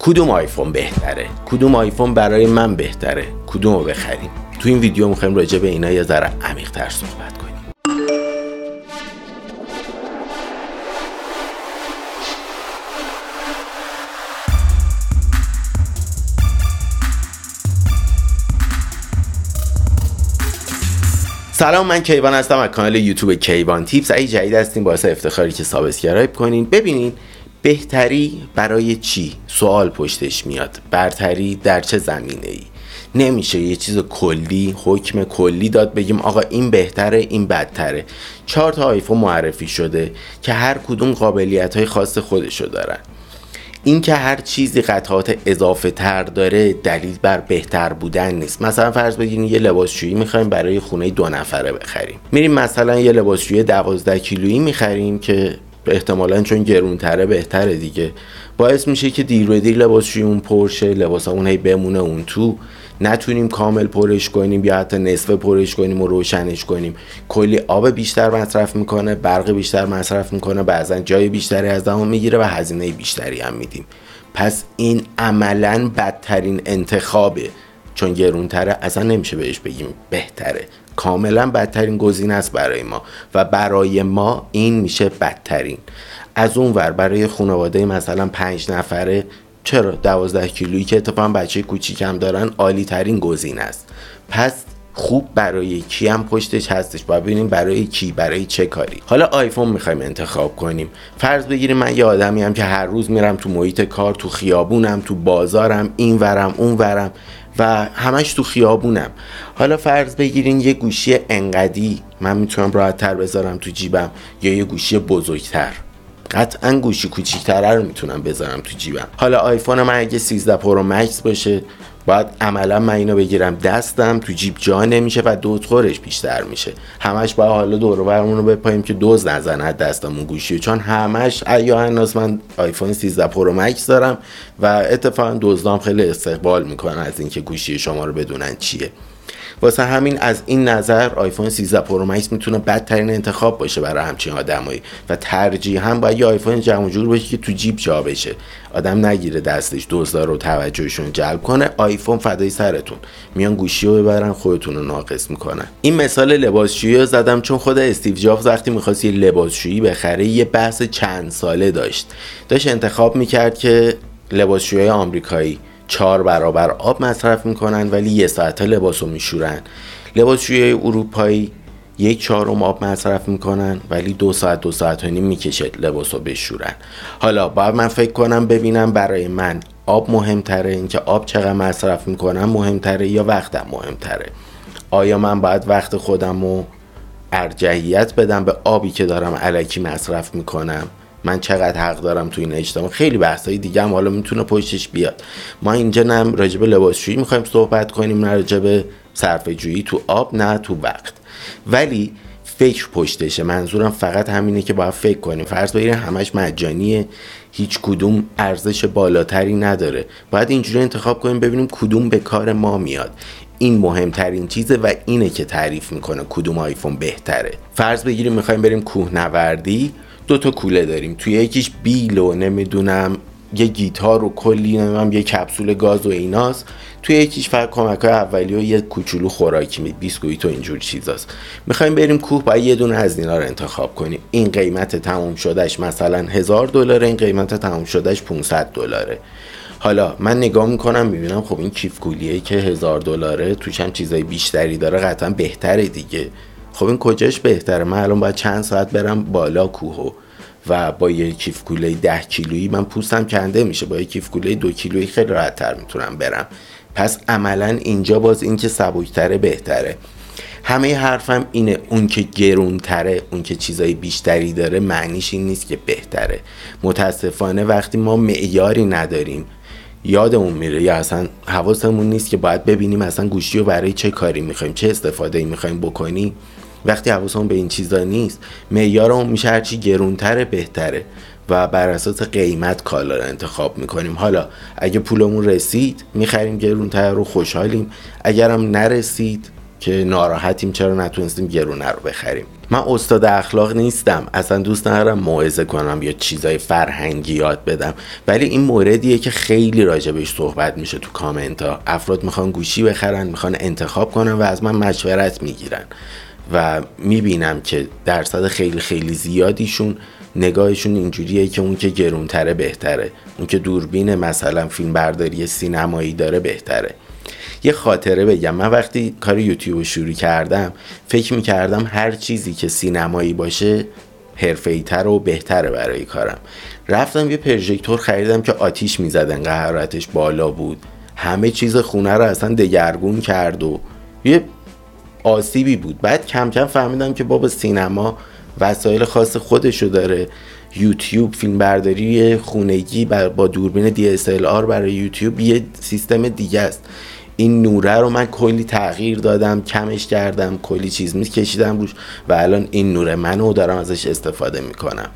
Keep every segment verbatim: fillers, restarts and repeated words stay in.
کدوم آیفون بهتره؟ کدوم آیفون برای من بهتره؟ کدوم رو بخریم؟ تو این ویدیو میخوایم راجع به اینا یه ذره عمیق‌تر صحبت کنیم. سلام، من کیوان هستم از کانال یوتیوب کیوان تیپس. اگه جدید هستین باعث افتخاری که سابسکرایب کنین. ببینین بهتری برای چی؟ سوال پشتش میاد. برتری در چه زمینه ای؟ نمیشه یه چیز کلی، حکم کلی داد بگیم آقا این بهتره این بدتره. چهار تا آیفون معرفی شده که هر کدوم قابلیت های خاص خودشو دارن. این که هر چیزی قطعات اضافه تر داره دلیل بر بهتر بودن نیست. مثلا فرض بگیرین یه لباسشویی میخوایم برای خونه دو نفره بخریم، میریم مثلا یه لباسشویی دوازده کیلویی میخریم که احتمالاً چون گرونتره بهتره دیگه، باعث میشه که دیر به دیر لباسشوییمون پر شه، لباسمون هی بمونه اون تو، نتونیم کامل پرش کنیم یا حتی نصف پرش کنیم و روشنش کنیم. کلی آب بیشتر مصرف میکنه، برق بیشتر مصرف میکنه، بعضا جای بیشتری از دهان میگیره و هزینه بیشتری هم میدیم. پس این عملاً بدترین انتخابه، چون گرونتره اصلا نمیشه بهش بگیم بهتره، کاملا بدترین گزینه است برای ما و برای ما این میشه بدترین. از اون ور برای خانواده مثلا پنج نفره چرا دوازده کیلویی که اتفاقا بچه کوچیکم دارن عالی ترین گزینه است. پس خوب برای کی هم پشتش هستش، باید ببینیم برای کی، برای چه کاری. حالا آیفون میخوایم انتخاب کنیم. فرض بگیریم من یه آدمی ام که هر روز میرم تو محیط کار، تو خیابونم، تو بازارم، این ورم اون ورم و همش تو خیابونم. حالا فرض بگیرین یه گوشی انقدی من میتونم راحت تر بذارم تو جیبم یا یه گوشی بزرگتر. قطعا گوشی کوچیک‌تره رو میتونم بذارم تو جیبم. حالا آیفون من اگه سیزده پرو مکس باشه باید عملا من اینو بگیرم دستم، تو جیب جا نمیشه و دزدخورش بیشتر میشه. همش باید حالا دور و برمون رو بپاییم که دزد نزنه دستمون گوشی، چون همش یا هنوز من آیفون سیزده پرو مکس دارم و اتفاقا دزدام خیلی استقبال میکنن از اینکه گوشی شما رو بدونن چیه. واسه همین از این نظر آیفون سیزده پرو مکس میتونه بدترین انتخاب باشه برای همچین آدمایی و ترجیح هم باید یه آیفون جمع جور باشه که تو جیب جا بشه، آدم نگیره دستش دزدا رو توجهشون جلب کنه. آیفون فدای سرتون، میان گوشی رو ببرن خودتون رو ناقص میکنن. این مثال لباسشویی رو زدم چون خود استیو جابز وقتی میخواست یه لباسشویی بخره یه بحث چند ساله داشت داشت انتخاب میکرد که لباسشویی آمریکایی چهار برابر آب مصرف میکنن ولی یه ساعته لباسو میشورن. لباسشویی اروپایی یک چهارم آب مصرف میکنن ولی دو ساعت دو ساعت و نیم میکشه لباسو بشورن. حالا باید من فکر کنم ببینم برای من آب مهمتره، اینکه آب چقدر مصرف میکنم مهمتره یا وقتم مهمتره. آیا من باید وقت خودمو ارجحیت بدم به آبی که دارم الکی مصرف میکنم؟ من چقدر حق دارم تو این اجتماع؟ خیلی بحثای دیگه هم حالا میتونه پشتش بیاد. ما اینجا نه راجع به لباسشویی میخوایم صحبت کنیم، نه راجع به صرفه جویی تو آب، نه تو وقت، ولی فکر پشتشه. منظورم فقط همینه که باید فکر کنیم. فرض بگیریم همش مجانیه، هیچ کدوم ارزش بالاتری نداره، باید اینجوری انتخاب کنیم ببینیم کدوم به کار ما میاد. این مهمترین چیزه و اینه که تعریف میکنه کدوم آیفون بهتره. فرض بگیریم میخوایم بریم کوهنوردی، دو تا کوله داریم، توی یکیش بیل و نمیدونم یه گیتار و کلی نمیدونم یه کپسول گاز و ایناست، توی یکیش فقط کمک‌های اولیه و یه کوچولو خوراکی می بیسکویت و اینجور چیزاست. میخوایم بریم کوه باید یه دونه از اینا رو انتخاب کنیم. این قیمت تموم شدهش مثلا هزار دلار، این قیمت تموم شدهش پانصد دلاره. حالا من نگاه میکنم میبینم خب این کیف کولیه که هزار دلاره توش هم چیزای بیشتری داره قطعا بهتره دیگه. خب این کجاش بهتره؟ من الان باید چند ساعت برم بالا کوهو و با یه کیف کوله ده کیلویی من پوستم کنده میشه، با یه کیف کوله دو کیلویی خیلی راحت تر میتونم برم. پس عملا اینجا باز این که سبکتره بهتره. همه حرفم اینه اون که گرونتره، اون که چیزای بیشتری داره معنیش این نیست که بهتره. متاسفانه وقتی ما معیاری نداریم یادمون میره یا اصلا حواسمون نیست که باید ببینیم اصلا گوشی رو برای چه کاری میخوایم، چه استفاده میخوایم بکنیم. وقتی حواسمون به این چیزا نیست معیارمون میشه هرچی گرونتره بهتره و بر اساس قیمت کالا رو انتخاب میکنیم. حالا اگه پولمون رسید میخریم گرونتر رو، خوشحالیم. اگرم نرسید که ناراحتیم چرا نتونستیم گرونه رو بخریم. من استاد اخلاق نیستم، اصلا دوست ندارم موعظه کنم یا چیزای فرهنگی یاد بدم، ولی این موردیه که خیلی راجبش صحبت میشه تو کامنت ها. افراد میخوان گوشی بخرن، میخوان انتخاب کنن و از من مشورت میگیرن و میبینم که درصد خیلی خیلی زیادیشون نگاهشون اینجوریه که اون که گرونتره بهتره، اون که دوربین مثلا فیلم برداری سینمایی داره بهتره. یه خاطره بگم، من وقتی کار یوتیوب شروع کردم فکر میکردم هر چیزی که سینمایی باشه حرفه‌ای‌تر و بهتره برای کارم. رفتم یه پروژکتور خریدم که آتیش میزد، انقدر حرارتش بالا بود، همه چیز خونه رو اصلا دگرگون کرد و یه آسیبی بود. بعد کم کم فهمیدم که بابا سینما وسایل خاص خودشو داره، یوتیوب فیلم برداری خونگی با دوربین دی اس ال آر برای یوتیوب یه سیستم دیگه است. این نوره رو من کلی تغییر دادم، کمش کردم، کلی چیز میکشیدم روش و الان این نوره منو دارم ازش استفاده میکنم.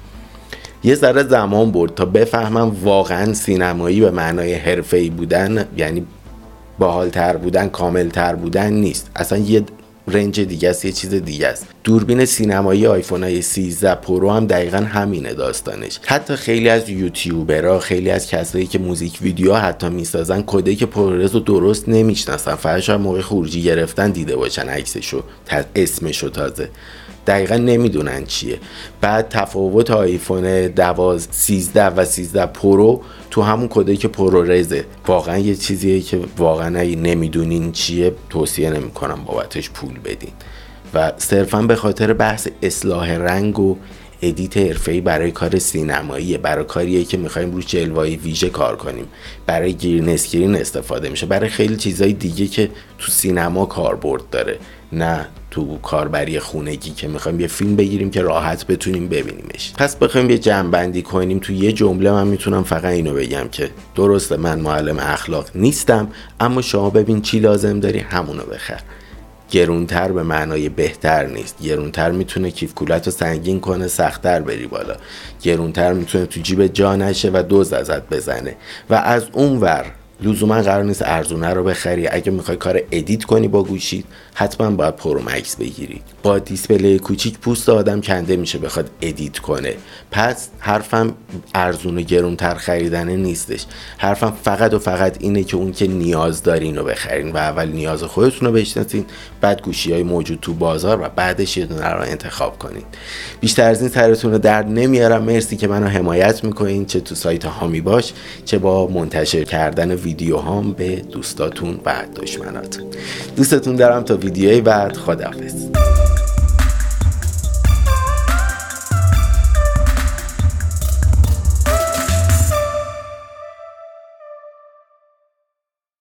یه ذره زمان برد تا بفهمم واقعا سینمایی به معنای حرفه‌ای بودن یعنی باحال‌تر بودن، کامل‌تر بودن نیست، اصلا یه رنج دیگه است، یه چیز دیگه است. دوربین سینمایی آیفون های سیزده پرو هم دقیقا همینه داستانش. حتی خیلی از یوتیوبرها، خیلی از کسایی که موزیک ویدیو حتی میسازن کدک پرورز رو درست نمیشناسن، فقط شاید موقع خروجی گرفتن دیده باشن عکسشو، اسمشو، تازه دقیقا نمیدونن چیه. بعد تفاوت آیفون دوازده سیزده و سیزده پرو تو همون کدک پرورزه. واقعا یه چیزیه که واقعا اگه نمیدونین چیه توصیه نمیکنم بابتش پول بدین و صرفا به خاطر بحث اصلاح رنگ و ادیت حرفه‌ای برای کار سینماییه، برای کاریه که میخوایم روی جلوه‌های ویژه کار کنیم، برای گرین اسکرین استفاده میشه، برای خیلی چیزای دیگه که تو سینما کاربرد داره، نه تو کاربری خونگی که میخوایم یه فیلم بگیریم که راحت بتونیم ببینیمش. پس بخوایم یه جمع‌بندی کنیم تو یه جمله، من میتونم فقط اینو بگم که درسته من معلم اخلاق نیستم، اما شما ببین چی لازم داری همونو بخر. گرونتر به معنای بهتر نیست. گرونتر میتونه کیف کولت رو سنگین کنه، سخت‌تر بری بالا. گرونتر میتونه تو جیب جا نشه و دزد ازت بزنه. و از اون ور لزوما قرار نیست ارزونه رو بخری. اگه میخوای کار ادیت کنی با گوشیت حتما باید پرو مکس بگیری. با دیسپلی کوچیک پوست آدم کنده میشه بخواد ادیت کنه. پس حرفم ارزون و گرونتر خریدن نیستش. حرفم فقط و فقط اینه که اون که نیاز دارین رو بخرین و اول نیاز خودتون رو بشناسین، بعد گوشی‌های موجود تو بازار و بعدش یه دونه رو انتخاب کنین. بیشتر از این سرتون رو درد نمیارم. مرسی که منو حمایت میکنین، چه تو سایت هامی باش، چه با منتشر کردن ویدیو هام به دوستاتون و دشمناتون. دوستتون دارم. تا ویدیوی بعد، خداحافظ.